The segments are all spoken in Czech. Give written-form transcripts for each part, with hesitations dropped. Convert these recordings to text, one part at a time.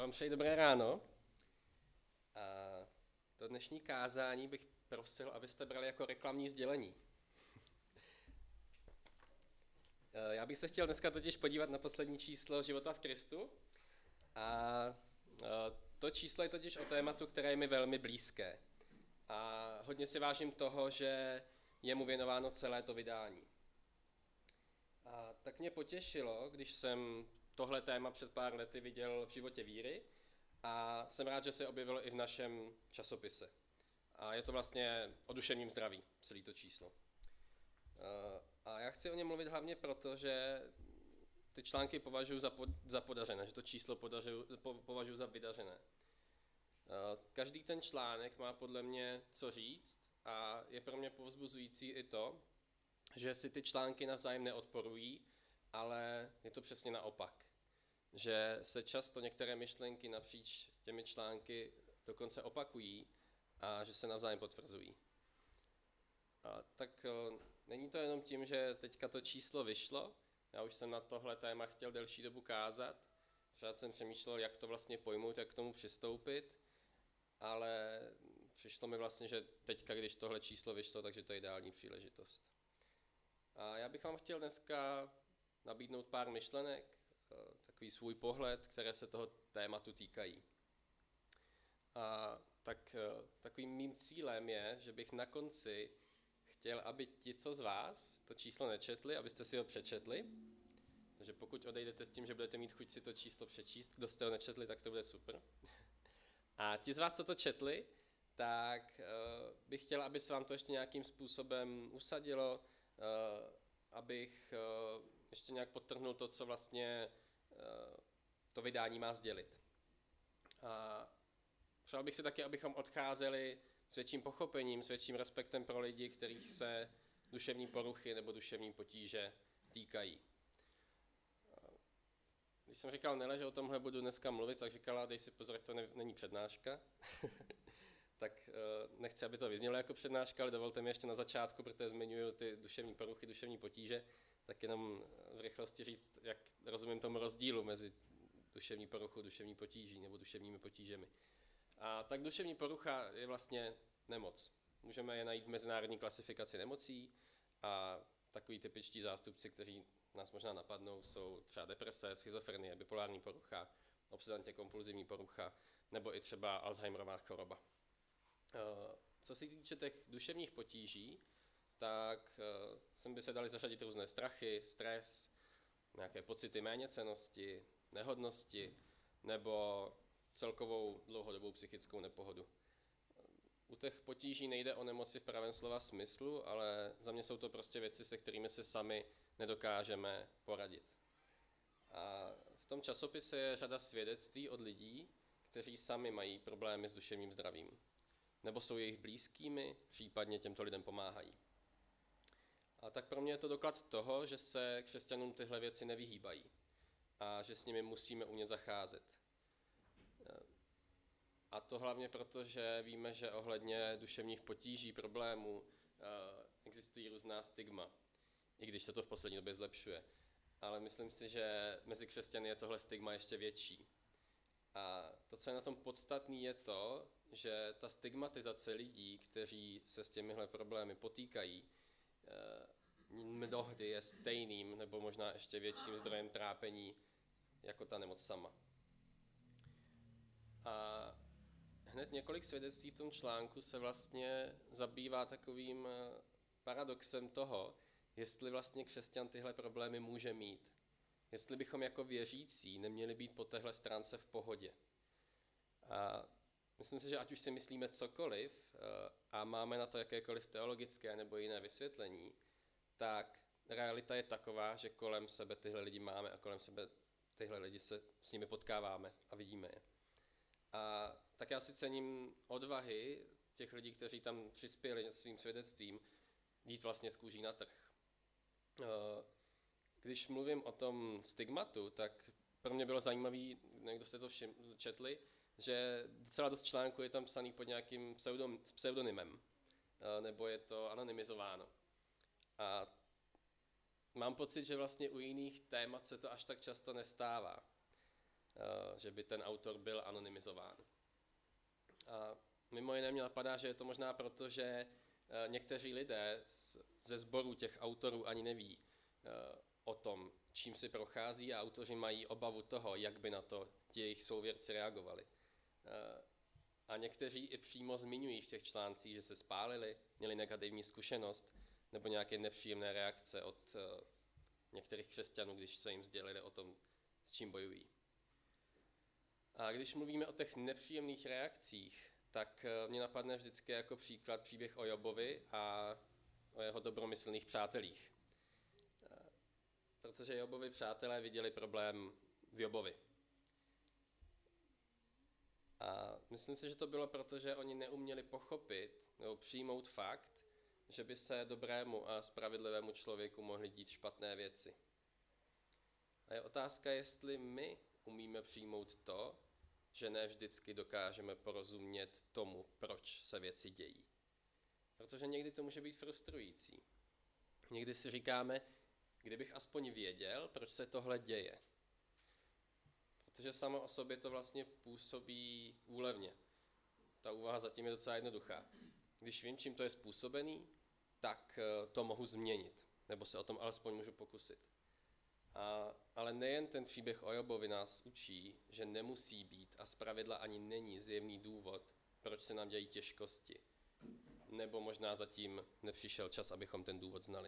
Já vám přeji dobré ráno. A to dnešní kázání bych prosil, abyste brali jako reklamní sdělení. Já bych se chtěl dneska totiž podívat na poslední číslo Života v Kristu. A to číslo je totiž o tématu, které je mi velmi blízké. A hodně si vážím toho, že je mu věnováno celé to vydání. A tak mě potěšilo, když jsem tohle téma před pár lety viděl v Životě víry, a jsem rád, že se objevilo i v našem časopise. A je to vlastně o duševním zdraví, celé to číslo. A já chci o něm mluvit hlavně proto, že ty články považuji za podařené, že to číslo považuji za vydařené. Každý ten článek má podle mě co říct a je pro mě povzbuzující i to, že si ty články navzájem neodporují, ale je to přesně naopak. Že se často některé myšlenky napříč těmi články dokonce opakují a že se navzájem potvrzují. Tak není to jenom tím, že teďka to číslo vyšlo, já už jsem na tohle téma chtěl delší dobu kázat, pořád jsem přemýšlel, jak to vlastně pojmout, jak k tomu přistoupit, ale přišlo mi vlastně, že teďka, když tohle číslo vyšlo, takže to je ideální příležitost. A já bych vám chtěl dneska nabídnout pár myšlenek, takový svůj pohled, které se toho tématu týkají. A takovým mým cílem je, že bych na konci chtěl, aby ti, co z vás to číslo nečetli, abyste si ho přečetli. Takže pokud odejdete s tím, že budete mít chuť si to číslo přečíst, kdo jste ho nečetli, tak to bude super. A ti z vás, co to četli, tak bych chtěl, aby se vám to ještě nějakým způsobem usadilo, abych ještě nějak podtrhnul to, co vlastně to vydání má sdělit. A přál bych si taky, abychom odcházeli s větším pochopením, s větším respektem pro lidi, kterých se duševní poruchy nebo duševní potíže týkají. Když jsem říkal Nele, že o tomhle budu dneska mluvit, tak říkala, dej si pozor, to není přednáška. Tak nechci, aby to vyznělo jako přednáška, ale dovolte mi ještě na začátku, protože zmiňuji ty duševní poruchy, duševní potíže, tak jenom v rychlosti říct, jak rozumím tomu rozdílu mezi duševní poruchou, duševní potíží nebo duševními potížemi. A tak duševní porucha je vlastně nemoc. Můžeme je najít v mezinárodní klasifikaci nemocí a takový typičtí zástupci, kteří nás možná napadnou, jsou třeba deprese, schizofrenie, bipolární porucha, obsedantně kompulzivní porucha nebo i třeba Alzheimerová choroba. Co se týče těch duševních potíží, tak sem by se daly zařadit různé strachy, stres, nějaké pocity méněcennosti, nehodnosti nebo celkovou dlouhodobou psychickou nepohodu. U těch potíží nejde o nemoci v pravém slova smyslu, ale za mě jsou to prostě věci, se kterými se sami nedokážeme poradit. A v tom časopise je řada svědectví od lidí, kteří sami mají problémy s duševním zdravím. Nebo jsou jejich blízkými, případně těmto lidem pomáhají. A tak pro mě je to doklad toho, že se křesťanům tyhle věci nevyhýbají a že s nimi musíme umět zacházet. A to hlavně proto, že víme, že ohledně duševních potíží, problémů existují různá stigma, i když se to v poslední době zlepšuje. Ale myslím si, že mezi křesťany je tohle stigma ještě větší. A to, co je na tom podstatné, je to, že ta stigmatizace lidí, kteří se s těmihle problémy potýkají, mnohdy je stejným nebo možná ještě větším zdrojem trápení jako ta nemoc sama. A hned několik svědectví v tom článku se vlastně zabývá takovým paradoxem toho, jestli vlastně křesťan tyhle problémy může mít. Jestli bychom jako věřící neměli být po téhle stránce v pohodě. A myslím si, že ať už si myslíme cokoliv a máme na to jakékoliv teologické nebo jiné vysvětlení, tak realita je taková, že kolem sebe tyhle lidi máme a kolem sebe tyhle lidi se s nimi potkáváme a vidíme je. A tak já si cením odvahy těch lidí, kteří tam přispěli svým svědectvím, jít vlastně z kůží na trh. Když mluvím o tom stigmatu, tak pro mě bylo zajímavé, někdo jste to četli, že docela dost článků je tam psaný pod nějakým pseudonymem, nebo je to anonymizováno. A mám pocit, že vlastně u jiných témat se to až tak často nestává. že by ten autor byl anonymizován. A mimo jiné mě napadá, že je to možná proto, že někteří lidé ze sboru těch autorů ani neví o tom, čím si prochází, a autoři mají obavu toho, jak by na to ti jejich souvěrci reagovali. A někteří i přímo zmiňují v těch článcích, že se spálili, měli negativní zkušenost nebo nějaké nepříjemné reakce od některých křesťanů, když se jim sdělili o tom, s čím bojují. A když mluvíme o těch nepříjemných reakcích, tak mě napadne vždycky jako příklad příběh o Jobovi a o jeho dobromyslných přátelích. Protože Jobovi přátelé viděli problém v Jobovi. A myslím si, že to bylo proto, že oni neuměli pochopit nebo přijmout fakt, že by se dobrému a spravedlivému člověku mohly dít špatné věci. A je otázka, jestli my umíme přijmout to, že ne vždycky dokážeme porozumět tomu, proč se věci dějí. Protože někdy to může být frustrující. Někdy si říkáme, kdybych aspoň věděl, proč se tohle děje. Protože samo o sobě to vlastně působí úlevně. Ta úvaha zatím je docela jednoduchá. Když vím, čím to je způsobený, tak to mohu změnit, nebo se o tom alespoň můžu pokusit. Ale nejen ten příběh o Jobovi nás učí, že nemusí být a zpravidla ani není zjevný důvod, proč se nám dějí těžkosti. Nebo možná zatím nepřišel čas, abychom ten důvod znali.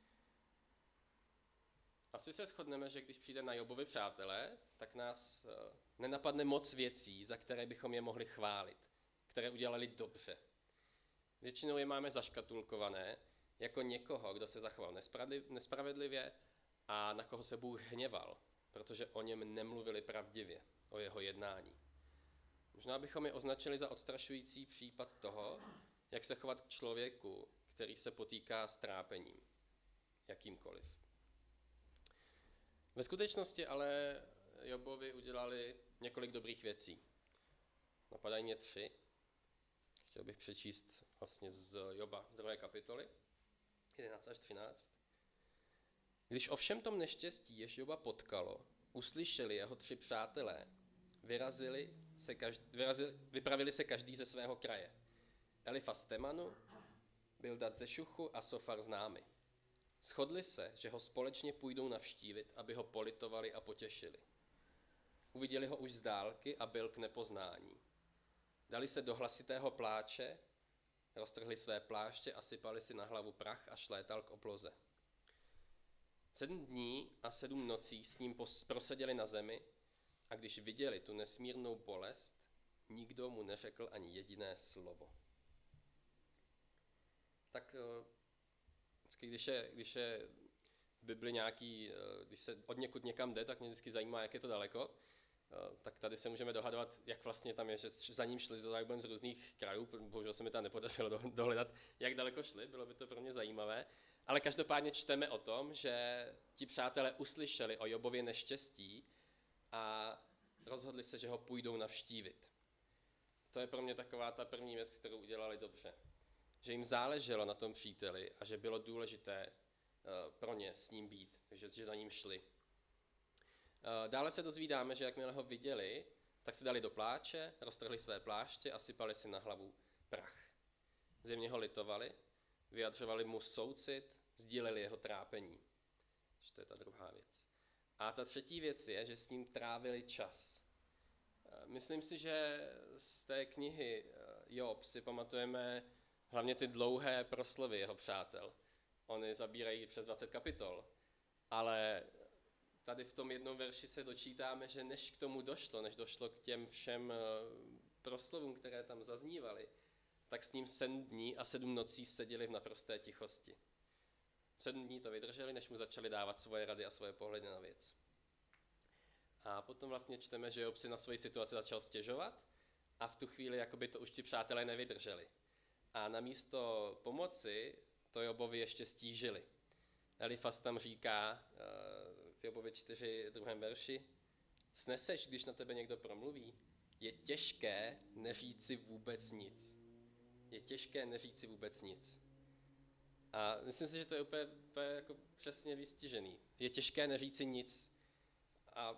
Asi se shodneme, že když přijde na Jobovi přátelé, tak nás nenapadne moc věcí, za které bychom je mohli chválit, které udělali dobře. Většinou je máme zaškatulkované jako někoho, kdo se zachoval nespravedlivě a na koho se Bůh hněval, protože o něm nemluvili pravdivě, o jeho jednání. Možná bychom je označili za odstrašující případ toho, jak se chovat k člověku, který se potýká s trápením, jakýmkoliv. Ve skutečnosti ale Jobovi udělali několik dobrých věcí. Napadají mě 3. Chtěl bych přečíst vlastně z Joba, z 2. kapitoly, 11 až 13. Když o všem tom neštěstí, jež Joba potkalo, uslyšeli jeho 3 přátelé, vypravili se každý ze svého kraje. Elifaz z Temanu, Bildad ze Šuchu a Sofar z Námy. Shodli se, že ho společně půjdou navštívit, aby ho politovali a potěšili. Uviděli ho už z dálky a byl k nepoznání. Dali se do hlasitého pláče, roztrhli své pláště a sypali si na hlavu prach a šlétal k obloze. 7 dní a 7 nocí s ním proseděli na zemi a když viděli tu nesmírnou bolest, nikdo mu neřekl ani jediné slovo. Tak vždycky, když je v Bibli nějaký, když se od někud někam jde, tak mě vždycky zajímá, jak je to daleko. Tak tady se můžeme dohadovat, jak vlastně tam je, že za ním šli z různých krajů, bohužel se mi tam nepodařilo dohledat, jak daleko šli, bylo by to pro mě zajímavé. Ale každopádně čteme o tom, že ti přátelé uslyšeli o Jobově neštěstí a rozhodli se, že ho půjdou navštívit. To je pro mě taková ta první věc, kterou udělali dobře. Že jim záleželo na tom příteli a že bylo důležité pro ně s ním být, takže že za ním šli. Dále se dozvídáme, že jakmile ho viděli, tak se dali do pláče, roztrhli své pláště a sypali si na hlavu prach. Zjevně ho litovali, vyjadřovali mu soucit, sdíleli jeho trápení. To je ta druhá věc. A ta třetí věc je, že s ním trávili čas. Myslím si, že z té knihy Job si pamatujeme hlavně ty dlouhé proslovy jeho přátel. Ony zabírají přes 20 kapitol, ale tady v tom jednom verši se dočítáme, že než k tomu došlo, než došlo k těm všem proslovům, které tam zaznívaly, tak s ním 7 dní a 7 nocí seděli v naprosté tichosti. 7 dní to vydrželi, než mu začali dávat svoje rady a svoje pohledy na věc. A potom vlastně čteme, že Job si na svoji situaci začal stěžovat a v tu chvíli jakoby to už ti přátelé nevydrželi. A namísto pomoci to Jobovi ještě stížili. Elifaz tam říká v Jobově 4, 2. verši: Sneseš, když na tebe někdo promluví? Je těžké neříci vůbec nic. Je těžké neříci vůbec nic. A myslím si, že to je úplně jako přesně vystižený. Je těžké neříci nic. A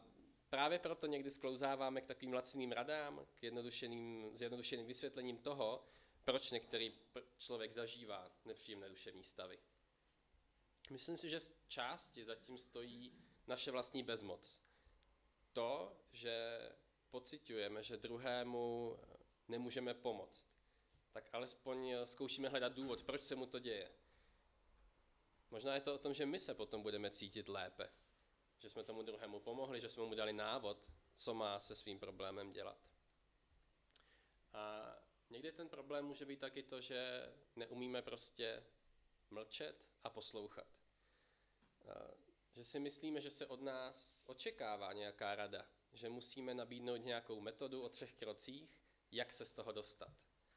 právě proto někdy sklouzáváme k takovým laciným radám, k zjednodušeným vysvětlením toho, proč některý člověk zažívá nepříjemné duševní stavy. Myslím si, že z části zatím stojí naše vlastní bezmoc. To, že pociťujeme, že druhému nemůžeme pomoct, tak alespoň zkoušíme hledat důvod, proč se mu to děje. Možná je to o tom, že my se potom budeme cítit lépe, že jsme tomu druhému pomohli, že jsme mu dali návod, co má se svým problémem dělat. A někdy ten problém může být taky to, že neumíme prostě mlčet a poslouchat. Že si myslíme, že se od nás očekává nějaká rada, že musíme nabídnout nějakou metodu o 3 krocích, jak se z toho dostat.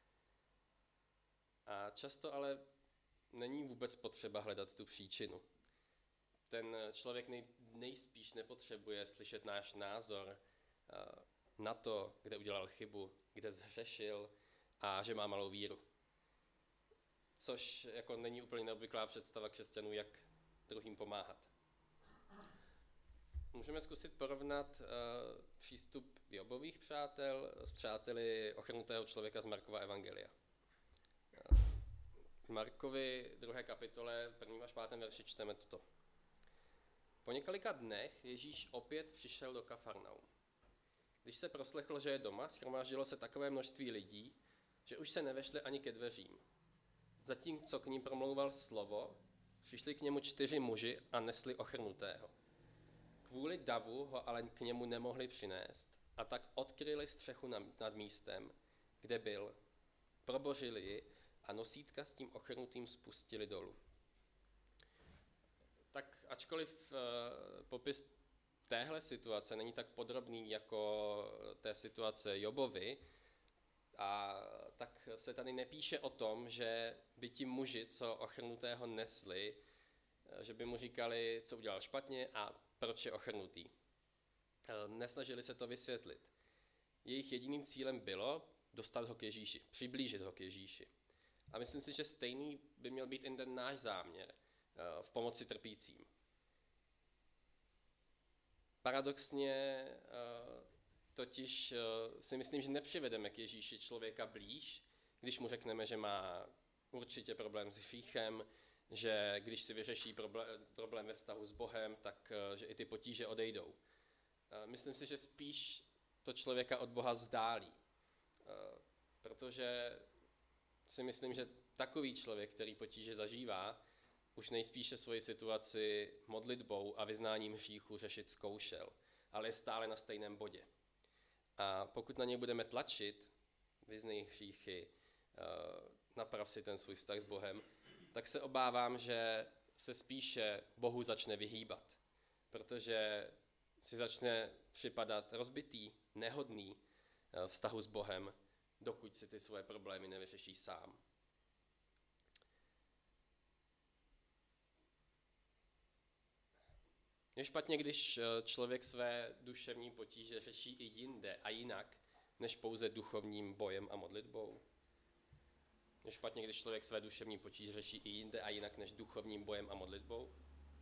A často ale není vůbec potřeba hledat tu příčinu. Ten člověk nejspíš nepotřebuje slyšet náš názor na to, kde udělal chybu, kde zhřešil a že má malou víru. Což jako není úplně neobvyklá představa křesťanů, jak druhým pomáhat. Můžeme zkusit porovnat přístup Jobových přátel s přáteli ochrnutého člověka z Markova evangelia. V Markovi 2. kapitole 1. až 5. verši čteme toto. Po několika dnech Ježíš opět přišel do Kafarnaum. Když se proslechlo, že je doma, shromáždilo se takové množství lidí, že už se nevešli ani ke dveřím. Zatímco k ním promlouval slovo, přišli k němu 4 muži a nesli ochrnutého. Kvůli davu ho ale k němu nemohli přinést a tak odkryli střechu nad místem, kde byl. Probořili ji a nosítka s tím ochrnutým spustili dolů. Tak ačkoliv popis téhle situace není tak podrobný jako té situace Jobovy, a tak se tady nepíše o tom, že by ti muži, co ochrnutého nesli, že by mu říkali, co udělal špatně a proč je ochrnutý. Nesnažili se to vysvětlit. Jejich jediným cílem bylo dostat ho k Ježíši, přiblížit ho k Ježíši. A myslím si, že stejný by měl být i ten náš záměr v pomoci trpícím. Paradoxně totiž si myslím, že nepřivedeme k Ježíši člověka blíž, když mu řekneme, že má určitě problém s hříchem, že když si vyřeší problém ve vztahu s Bohem, tak že i ty potíže odejdou. Myslím si, že spíš to člověka od Boha vzdálí, protože si myslím, že takový člověk, který potíže zažívá, už nejspíše svoji situaci modlitbou a vyznáním hříchu řešit zkoušel, ale je stále na stejném bodě. A pokud na něj budeme tlačit, vyznej hříchy, naprav si ten svůj vztah s Bohem, tak se obávám, že se spíše Bohu začne vyhýbat, protože si začne připadat rozbitý, nehodný vztahu s Bohem, dokud si ty svoje problémy nevyřeší sám. Je špatně, když člověk své duševní potíže řeší i jinde a jinak, než pouze duchovním bojem a modlitbou. Je špatně, když člověk své duševní potíže řeší i jinde a jinak, než duchovním bojem a modlitbou.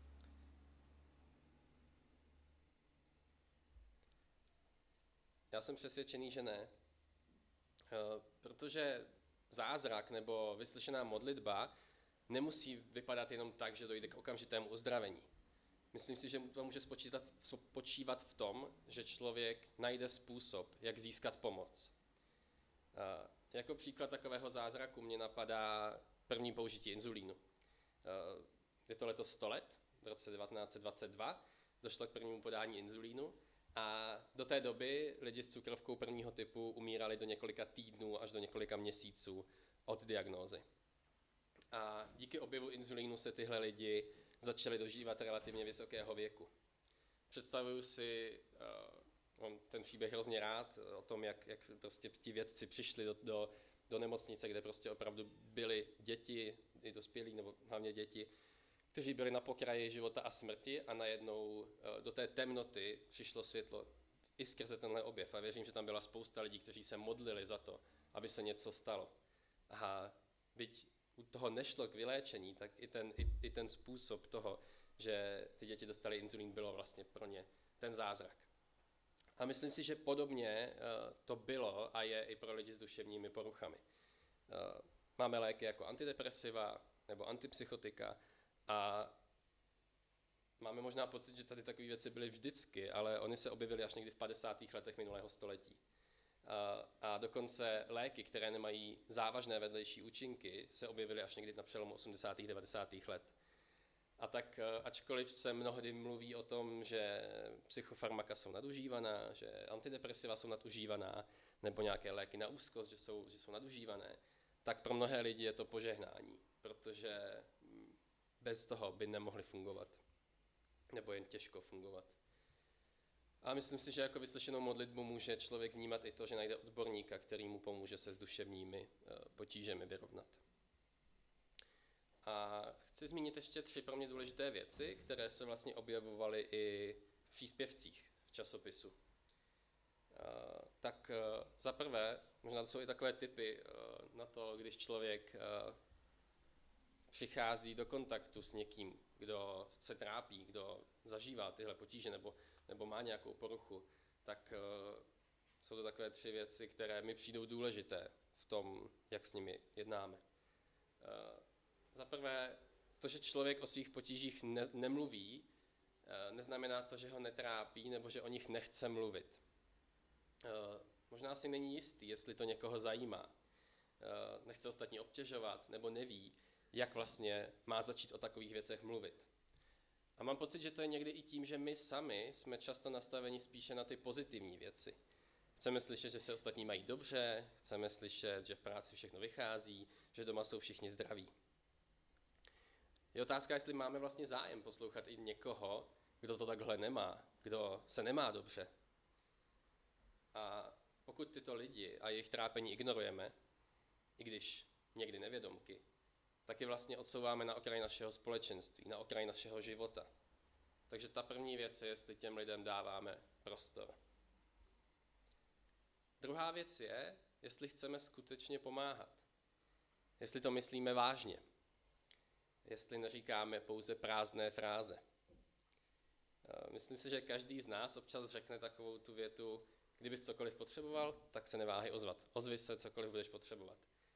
Já jsem přesvědčený, že ne. Protože zázrak nebo vyslyšená modlitba nemusí vypadat jenom tak, že dojde k okamžitému uzdravení. Myslím si, že to může spočívat v tom, že člověk najde způsob, jak získat pomoc. Jako příklad takového zázraku mě napadá první použití inzulínu. Je to letos 100 let, v roce 1922, došlo k prvnímu podání inzulínu a do té doby lidi s cukrovkou prvního typu umírali do několika týdnů až do několika měsíců od diagnózy. A díky objevu inzulínu se tyhle lidi začali dožívat relativně vysokého věku. Představuju si ten příběh hrozně rád o tom, jak prostě ti vědci přišli do nemocnice, kde prostě opravdu byly děti, i dospělí, nebo hlavně děti, kteří byli na pokraji života a smrti a najednou do té temnoty přišlo světlo i skrze tenhle objev. A věřím, že tam byla spousta lidí, kteří se modlili za to, aby se něco stalo. A byť u toho nešlo k vyléčení, tak i ten způsob toho, že ty děti dostaly inzulín, bylo vlastně pro ně ten zázrak. A myslím si, že podobně to bylo a je i pro lidi s duševními poruchami. Máme léky jako antidepresiva nebo antipsychotika a máme možná pocit, že tady takové věci byly vždycky, ale oni se objevily až někdy v 50. letech minulého století. A dokonce léky, které nemají závažné vedlejší účinky, se objevily až někdy na přelomu 80. a 90. let. A tak ačkoliv se mnohdy mluví o tom, že psychofarmaka jsou nadužívaná, že antidepresiva jsou nadužívaná, nebo nějaké léky na úzkost, že jsou nadužívané, tak pro mnohé lidi je to požehnání, protože bez toho by nemohli fungovat, nebo jen těžko fungovat. A myslím si, že jako vyslyšenou modlitbu může člověk vnímat i to, že najde odborníka, který mu pomůže se s duševními potížemi vyrovnat. A chci zmínit ještě 3 pro mě důležité věci, které se vlastně objevovaly i v příspěvcích v časopisu. Tak za prvé, možná to jsou i takové tipy na to, když člověk přichází do kontaktu s někým, kdo se trápí, kdo zažívá tyhle potíže nebo má nějakou poruchu, tak jsou to takové 3 věci, které mi přijdou důležité v tom, jak s nimi jednáme. Za prvé, to, že člověk o svých potížích nemluví, neznamená to, že ho netrápí nebo že o nich nechce mluvit. Možná si není jistý, jestli to někoho zajímá. Nechce ostatní obtěžovat nebo neví, jak vlastně má začít o takových věcech mluvit. A mám pocit, že to je někdy i tím, že my sami jsme často nastaveni spíše na ty pozitivní věci. Chceme slyšet, že se ostatní mají dobře, chceme slyšet, že v práci všechno vychází, že doma jsou všichni zdraví. Je otázka, jestli máme vlastně zájem poslouchat i někoho, kdo to takhle nemá, kdo se nemá dobře. A pokud tyto lidi a jejich trápení ignorujeme, i když někdy nevědomky, tak je vlastně odsouváme na okraj našeho společenství, na okraj našeho života. Takže ta první věc je, jestli těm lidem dáváme prostor. Druhá věc je, jestli chceme skutečně pomáhat. Jestli to myslíme vážně. Jestli neříkáme pouze prázdné fráze. Myslím si, že každý z nás občas řekne takovou tu větu, kdybys cokoliv potřeboval, tak se neváhej ozvat. Ozvi se, cokoliv budeš potřebovat.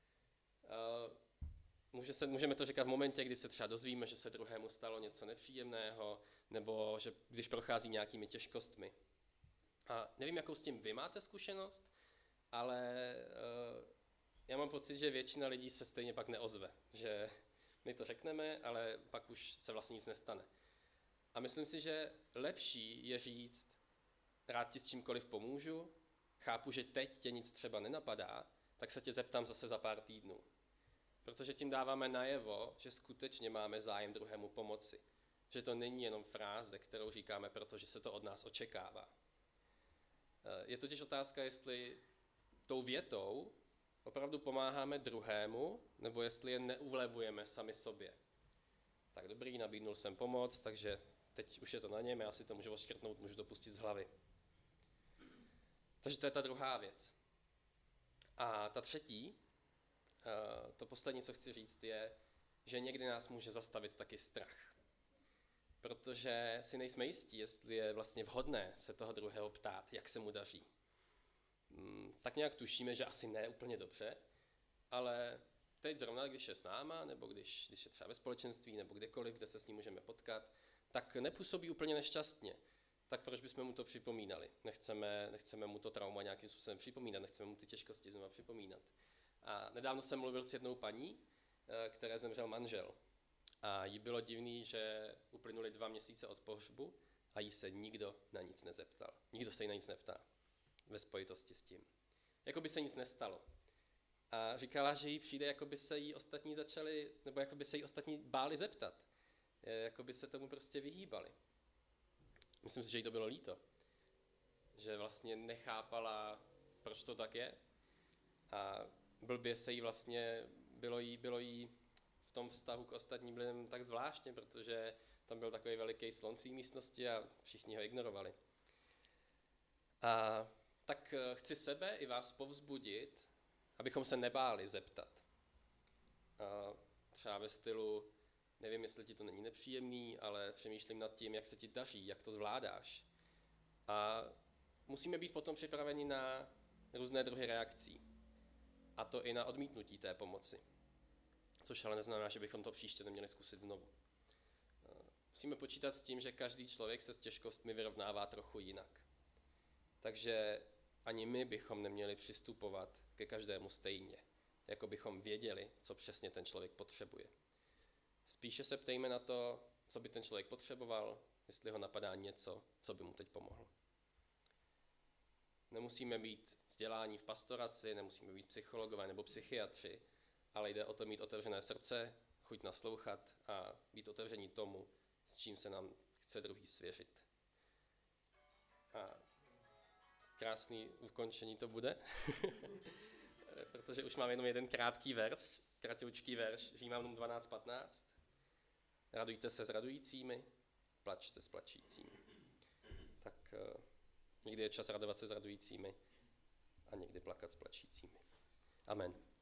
Můžeme to říkat v momentě, kdy se třeba dozvíme, že se druhému stalo něco nepříjemného, nebo že když prochází nějakými těžkostmi. A nevím, jakou s tím vy máte zkušenost, ale já mám pocit, že většina lidí se stejně pak neozve. Že my to řekneme, ale pak už se vlastně nic nestane. A myslím si, že lepší je říct, rád ti s čímkoliv pomůžu, chápu, že teď tě nic třeba nenapadá, tak se tě zeptám zase za pár týdnů. Protože tím dáváme najevo, že skutečně máme zájem druhému pomoci. Že to není jenom fráze, kterou říkáme, protože se to od nás očekává. Je totiž otázka, jestli tou větou opravdu pomáháme druhému, nebo jestli je neuvlevujeme sami sobě. Tak dobrý, nabídnul jsem pomoc, takže teď už je to na něm, já si to můžu odškrtnout, můžu to pustit z hlavy. Takže to je ta druhá věc. A ta třetí, to poslední, co chci říct, je, že někdy nás může zastavit taky strach. Protože si nejsme jistí, jestli je vlastně vhodné se toho druhého ptát, jak se mu daří. Tak nějak tušíme, že asi ne úplně dobře, ale teď zrovna, když je s náma, nebo když je třeba ve společenství, nebo kdekoliv, kde se s ním můžeme potkat, tak nepůsobí úplně nešťastně. Tak proč bychom mu to připomínali? Nechceme mu to trauma nějakým způsobem připomínat, nechceme mu ty těžkosti znovu připomínat. A nedávno jsem mluvil s jednou paní, které zemřel manžel. A jí bylo divný, že uplynuly 2 měsíce od pohřbu a jí se nikdo na nic nezeptal. Nikdo se jí na nic neptá ve spojitosti s tím. Jako by se nic nestalo. A říkala, že jí přijde, jako by se jí ostatní začali, nebo jako by se jí ostatní báli zeptat. Jako by se tomu prostě vyhýbali. Myslím si, že jí to bylo líto. Že vlastně nechápala, proč to tak je. A blbě se jí vlastně, bylo jí v tom vztahu k ostatním lidem tak zvláštně, protože tam byl takový veliký slon v té místnosti a všichni ho ignorovali. A tak chci sebe i vás povzbudit, abychom se nebáli zeptat. Třeba ve stylu, nevím, jestli ti to není nepříjemný, ale přemýšlím nad tím, jak se ti daří, jak to zvládáš. A musíme být potom připraveni na různé druhy reakcí. A to i na odmítnutí té pomoci. Což ale neznamená, že bychom to příště neměli zkusit znovu. Musíme počítat s tím, že každý člověk se s těžkostmi vyrovnává trochu jinak. Takže ani my bychom neměli přistupovat ke každému stejně, jako bychom věděli, co přesně ten člověk potřebuje. Spíše se ptejme na to, co by ten člověk potřeboval, jestli ho napadá něco, co by mu teď pomohlo. Nemusíme být vzdělání v pastoraci, nemusíme být psychologové nebo psychiatři, ale jde o to mít otevřené srdce, chuť naslouchat a být otevření tomu, s čím se nám chce druhý svěřit. A krásný ukončení to bude, protože už mám jenom jeden krátký verš, kratoučký verš, Římanům 12:15. Radujte se s radujícími, plačte s plačícími. Tak někdy je čas radovat se s radujícími a někdy plakat s plačícími. Amen.